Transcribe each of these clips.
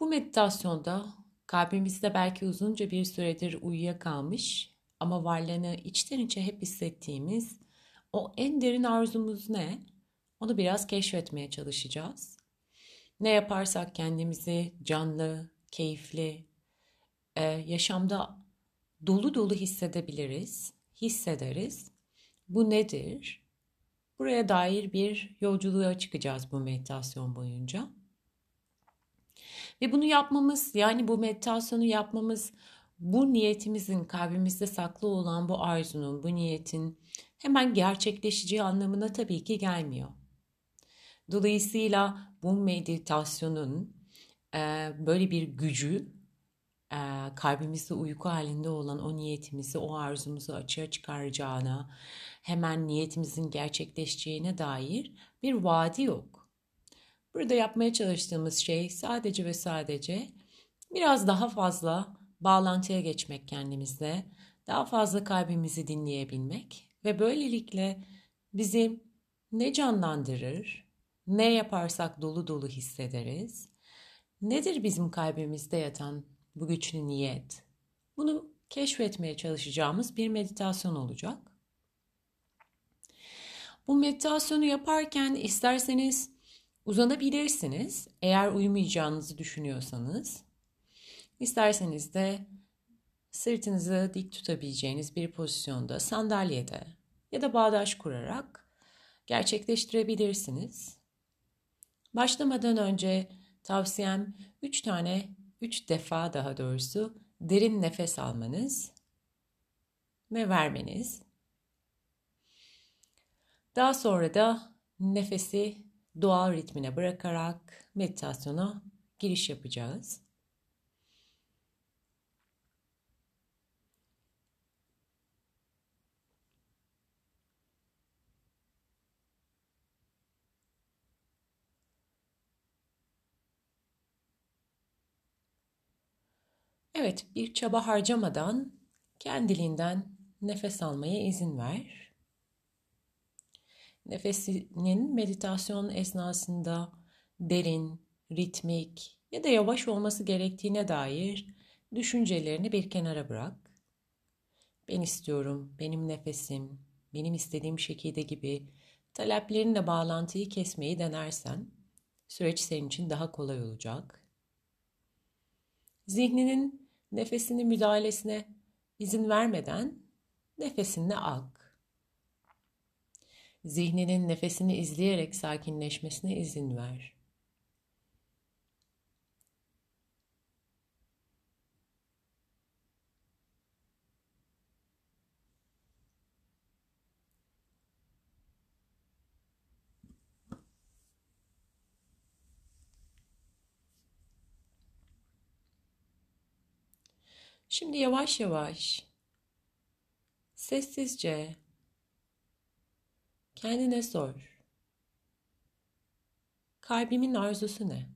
meditasyonda kalbimizde belki uzunca bir süredir uyuyakalmış ama varlığını içten içe hep hissettiğimiz o en derin arzumuz ne? Onu biraz keşfetmeye çalışacağız. Ne yaparsak kendimizi canlı, keyifli, yaşamda dolu dolu hissedebiliriz, hissederiz. Bu nedir? Buraya dair bir yolculuğa çıkacağız bu meditasyon boyunca. Ve bunu yapmamız, yani bu meditasyonu yapmamız, bu niyetimizin kalbimizde saklı olan bu arzunun, bu niyetin hemen gerçekleşeceği anlamına tabii ki gelmiyor. Dolayısıyla bu meditasyonun böyle bir gücü, e, kalbimizde uyku halinde olan o niyetimizi, o arzumuzu açığa çıkaracağına, hemen niyetimizin gerçekleşeceğine dair bir vaadi yok. Burada yapmaya çalıştığımız şey sadece ve sadece biraz daha fazla bağlantıya geçmek kendimizle, daha fazla kalbimizi dinleyebilmek ve böylelikle bizi ne canlandırır, ne yaparsak dolu dolu hissederiz, nedir bizim kalbimizde yatan bu güçlü niyet? Bunu keşfetmeye çalışacağımız bir meditasyon olacak. Bu meditasyonu yaparken isterseniz uzanabilirsiniz eğer uyumayacağınızı düşünüyorsanız. İsterseniz de sırtınızı dik tutabileceğiniz bir pozisyonda sandalyede ya da bağdaş kurarak gerçekleştirebilirsiniz. Başlamadan önce tavsiyem 3 defa daha doğrusu derin nefes almanız ve vermeniz. Daha sonra da nefesi doğal ritmine bırakarak meditasyona giriş yapacağız. Evet, bir çaba harcamadan kendiliğinden nefes almaya izin ver. Nefesinin meditasyon esnasında derin, ritmik ya da yavaş olması gerektiğine dair düşüncelerini bir kenara bırak. Ben istiyorum, benim nefesim, benim istediğim şekilde gibi taleplerinle bağlantıyı kesmeyi denersen süreç senin için daha kolay olacak. Zihninin nefesinin müdahalesine izin vermeden nefesinle ak. Zihninin nefesini izleyerek sakinleşmesine izin ver. Şimdi yavaş yavaş, sessizce kendine sor. Kalbimin arzusu ne?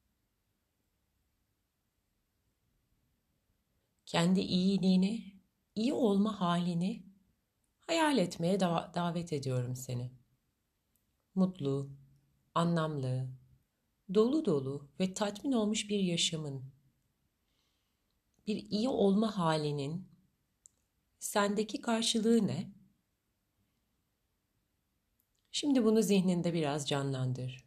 Kendi iyiliğini, iyi olma halini hayal etmeye davet ediyorum seni. Mutlu, anlamlı, dolu dolu ve tatmin olmuş bir yaşamın, bir iyi olma halinin sendeki karşılığı ne? Şimdi bunu zihninde biraz canlandır.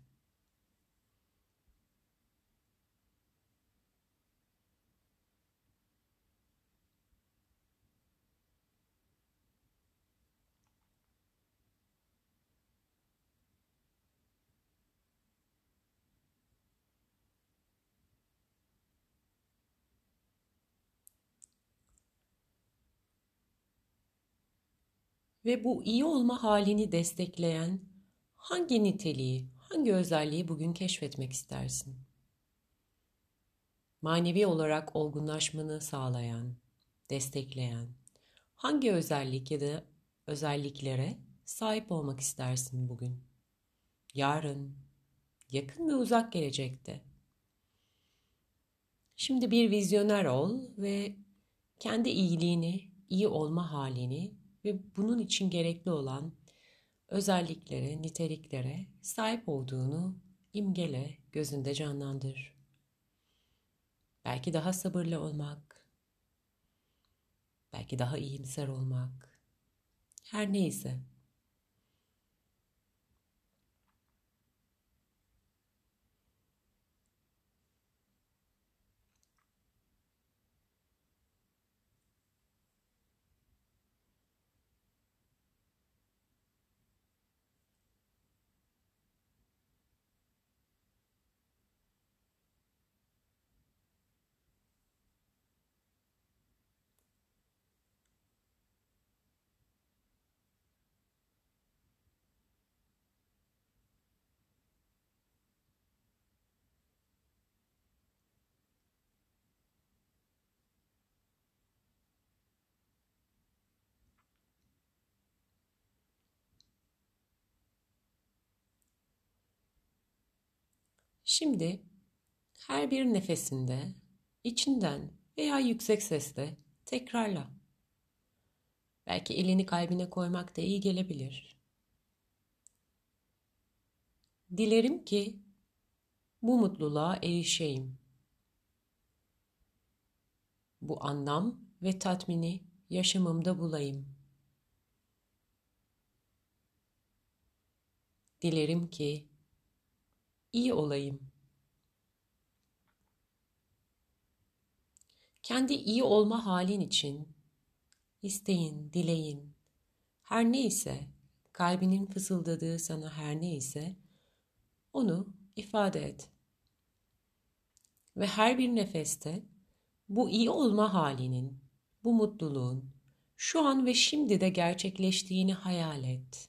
Ve bu iyi olma halini destekleyen hangi niteliği, hangi özelliği bugün keşfetmek istersin? Manevi olarak olgunlaşmanı sağlayan, destekleyen hangi özellik ya da özelliklere sahip olmak istersin bugün? Yarın, yakın ve uzak gelecekte. Şimdi bir vizyoner ol ve kendi iyiliğini, iyi olma halini ve bunun için gerekli olan özelliklere, niteliklere sahip olduğunu imgele, gözünde canlandır. Belki daha sabırlı olmak, belki daha iyimser olmak. Her neyse. Şimdi her bir nefesinde içinden veya yüksek sesle tekrarla. Belki elini kalbine koymak da iyi gelebilir. Dilerim ki bu mutluluğa erişeyim. Bu anlam ve tatmini yaşamımda bulayım. Dilerim ki iyi olayım. Kendi iyi olma halin için isteyin, dileyin. Her neyse, kalbinin fısıldadığı sana her neyse onu ifade et. Ve her bir nefeste bu iyi olma halinin, bu mutluluğun şu an ve şimdi de gerçekleştiğini hayal et.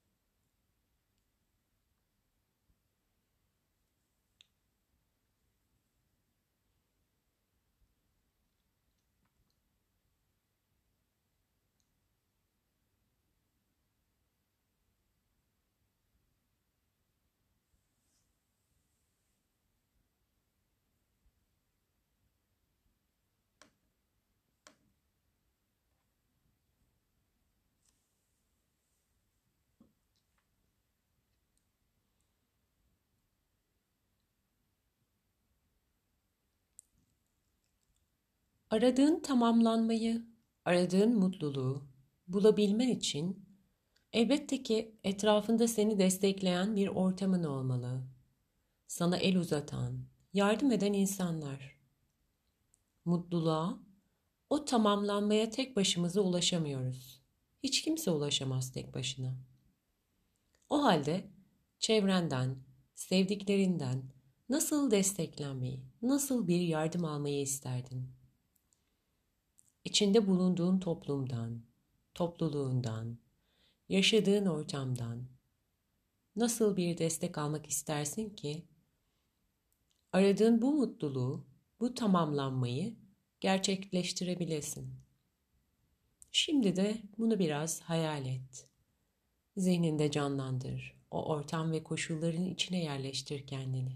Aradığın tamamlanmayı, aradığın mutluluğu bulabilmen için elbette ki etrafında seni destekleyen bir ortamın olmalı. Sana el uzatan, yardım eden insanlar. Mutluluğa, o tamamlanmaya tek başımıza ulaşamıyoruz. Hiç kimse ulaşamaz tek başına. O halde çevrenden, sevdiklerinden nasıl desteklenmeyi, nasıl bir yardım almayı isterdin? İçinde bulunduğun toplumdan, topluluğundan, yaşadığın ortamdan nasıl bir destek almak istersin ki aradığın bu mutluluğu, bu tamamlanmayı gerçekleştirebilesin? Şimdi de bunu biraz hayal et. Zihninde canlandır. O ortam ve koşulların içine yerleştir kendini.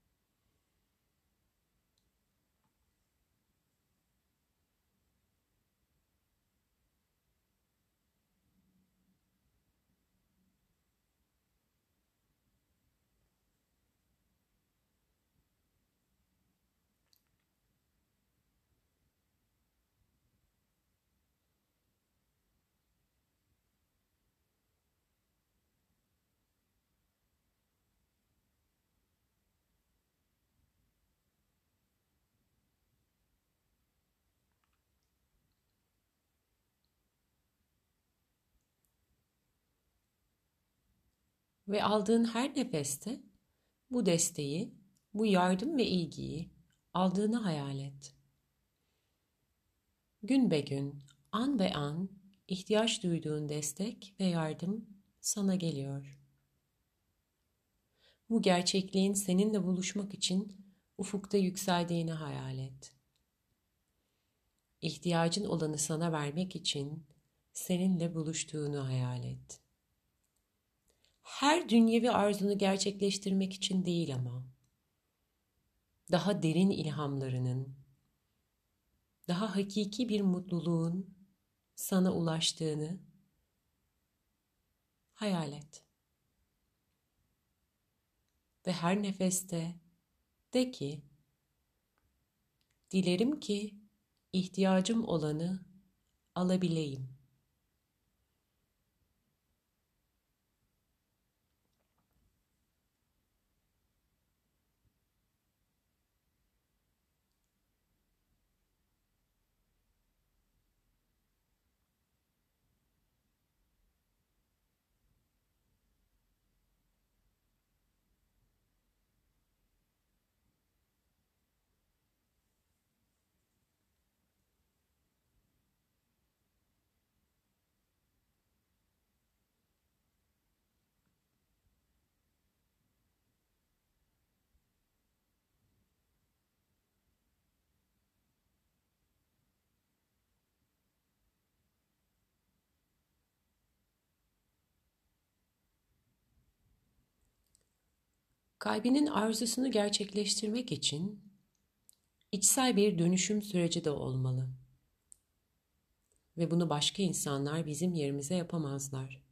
Ve aldığın her nefeste bu desteği, bu yardım ve ilgiyi aldığını hayal et. Gün be gün, an be an ihtiyaç duyduğun destek ve yardım sana geliyor. Bu gerçekliğin seninle buluşmak için ufukta yükseldiğini hayal et. İhtiyacın olanı sana vermek için seninle buluştuğunu hayal et. Her dünyevi arzunu gerçekleştirmek için değil ama, daha derin ilhamlarının, daha hakiki bir mutluluğun sana ulaştığını hayal et. Ve her nefeste de ki, Dilerim ki ihtiyacım olanı alabileyim. Kalbinin arzusunu gerçekleştirmek için içsel bir dönüşüm süreci de olmalı ve bunu başka insanlar bizim yerimize yapamazlar.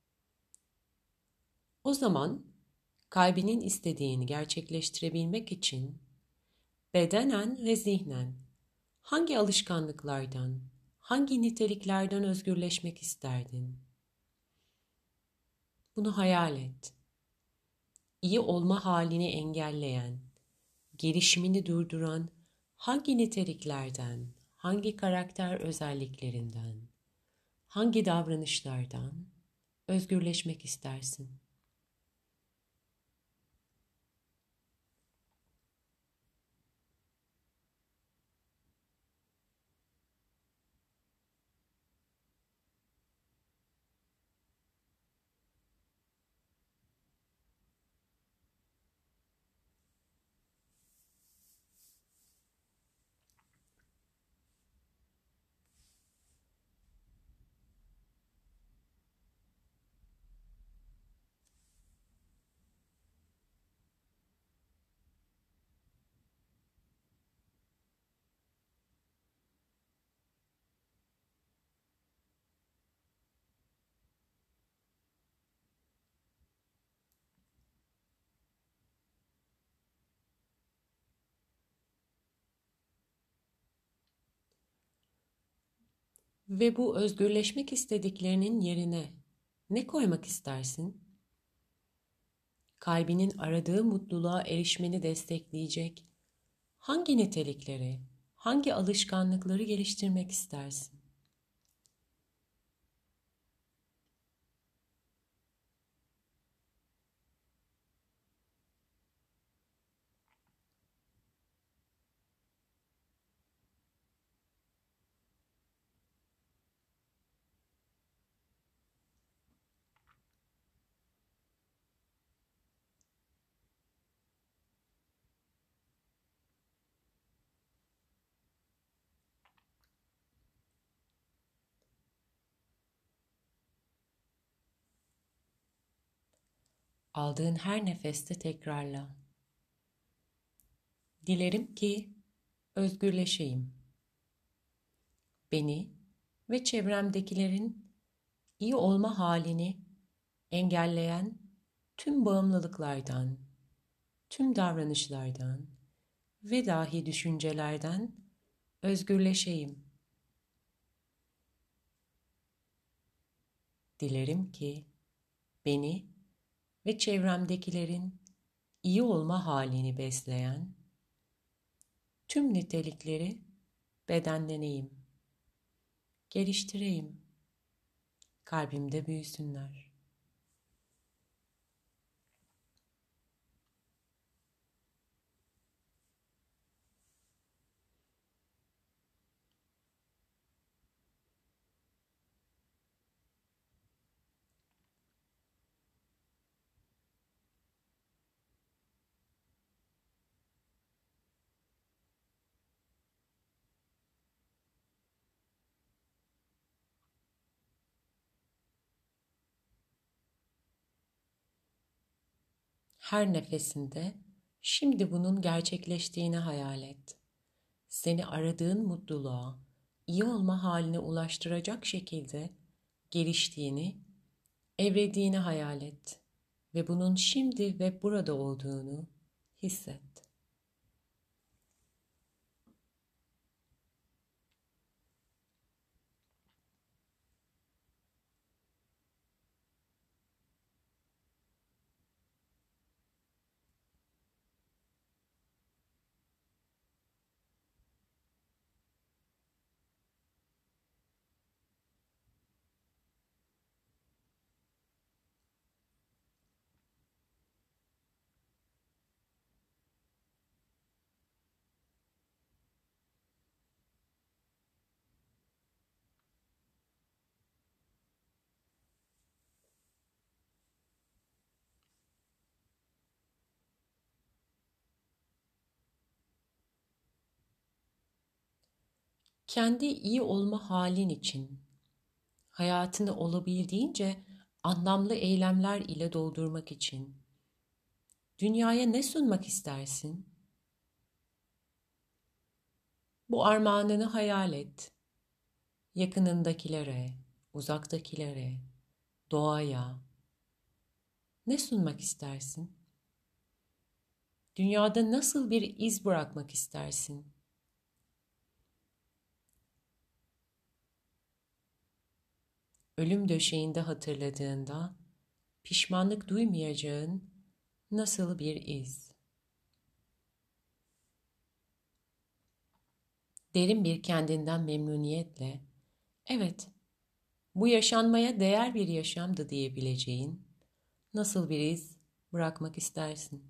O zaman kalbinin istediğini gerçekleştirebilmek için bedenen ve zihnen hangi alışkanlıklardan, hangi niteliklerden özgürleşmek isterdin? Bunu hayal et. İyi olma halini engelleyen, gelişimini durduran hangi niteliklerden, hangi karakter özelliklerinden, hangi davranışlardan özgürleşmek istersin? Ve bu özgürleşmek istediklerinin yerine ne koymak istersin? Kalbinin aradığı mutluluğa erişmeni destekleyecek hangi nitelikleri, hangi alışkanlıkları geliştirmek istersin? Aldığın her nefeste tekrarla. Dilerim ki özgürleşeyim. Beni ve çevremdekilerin iyi olma halini engelleyen tüm bağımlılıklardan, tüm davranışlardan ve dahi düşüncelerden özgürleşeyim. Dilerim ki beni ve çevremdekilerin iyi olma halini besleyen tüm nitelikleri bedenleneyim, geliştireyim, kalbimde büyüsünler. Her nefesinde şimdi bunun gerçekleştiğini hayal et. Seni aradığın mutluluğa, iyi olma haline ulaştıracak şekilde geliştiğini, evrediğini hayal et ve bunun şimdi ve burada olduğunu hisset. Kendi iyi olma halin için hayatını olabildiğince anlamlı eylemler ile doldurmak için dünyaya ne sunmak istersin? Bu armağanını hayal et. Yakınındakilere, uzaktakilere, doğaya ne sunmak istersin? Dünyada nasıl bir iz bırakmak istersin? Ölüm döşeğinde hatırladığında pişmanlık duymayacağın nasıl bir iz? Derin bir kendinden memnuniyetle, evet, bu yaşanmaya değer bir yaşamdı diyebileceğin nasıl bir iz bırakmak istersin?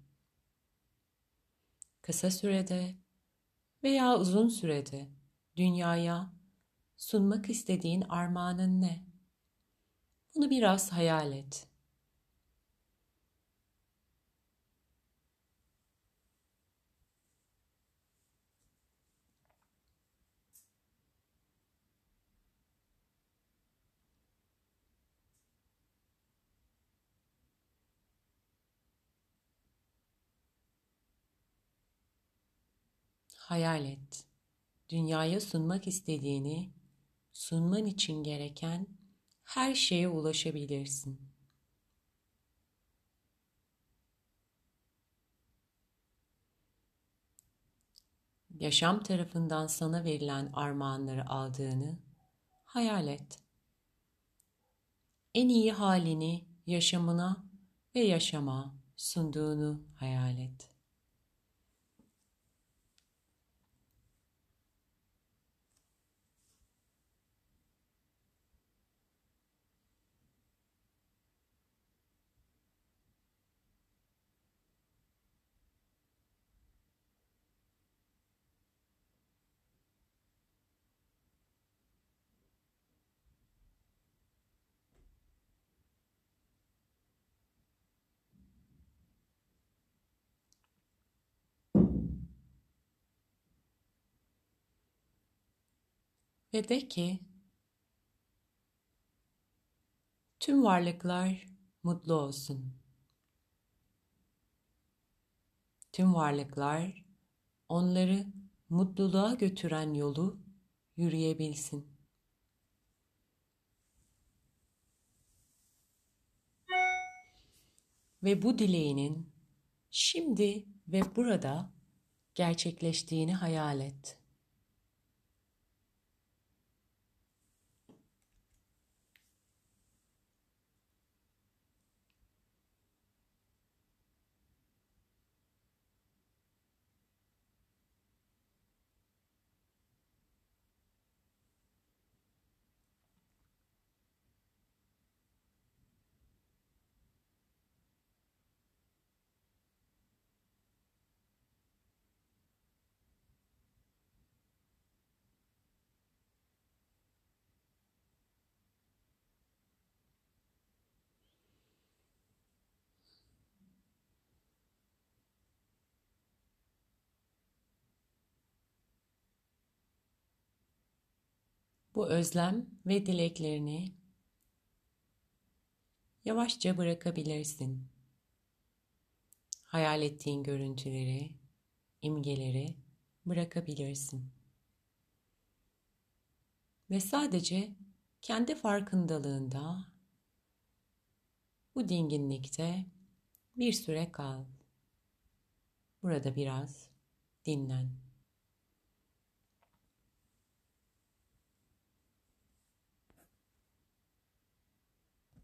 Kısa sürede veya uzun sürede dünyaya sunmak istediğin armağanın ne? Bunu biraz hayal et. Hayal et. Dünyaya sunmak istediğini sunman için gereken her şeye ulaşabilirsin. Yaşam tarafından sana verilen armağanları aldığını hayal et. En iyi halini yaşamına ve yaşama sunduğunu hayal et. Ve de ki tüm varlıklar mutlu olsun. Tüm varlıklar onları mutluluğa götüren yolu yürüyebilsin. Ve bu dileğinin şimdi ve burada gerçekleştiğini hayal et. Bu özlem ve dileklerini yavaşça bırakabilirsin. Hayal ettiğin görüntüleri, imgeleri bırakabilirsin. Ve sadece kendi farkındalığında, bu dinginlikte bir süre kal. Burada biraz dinlen.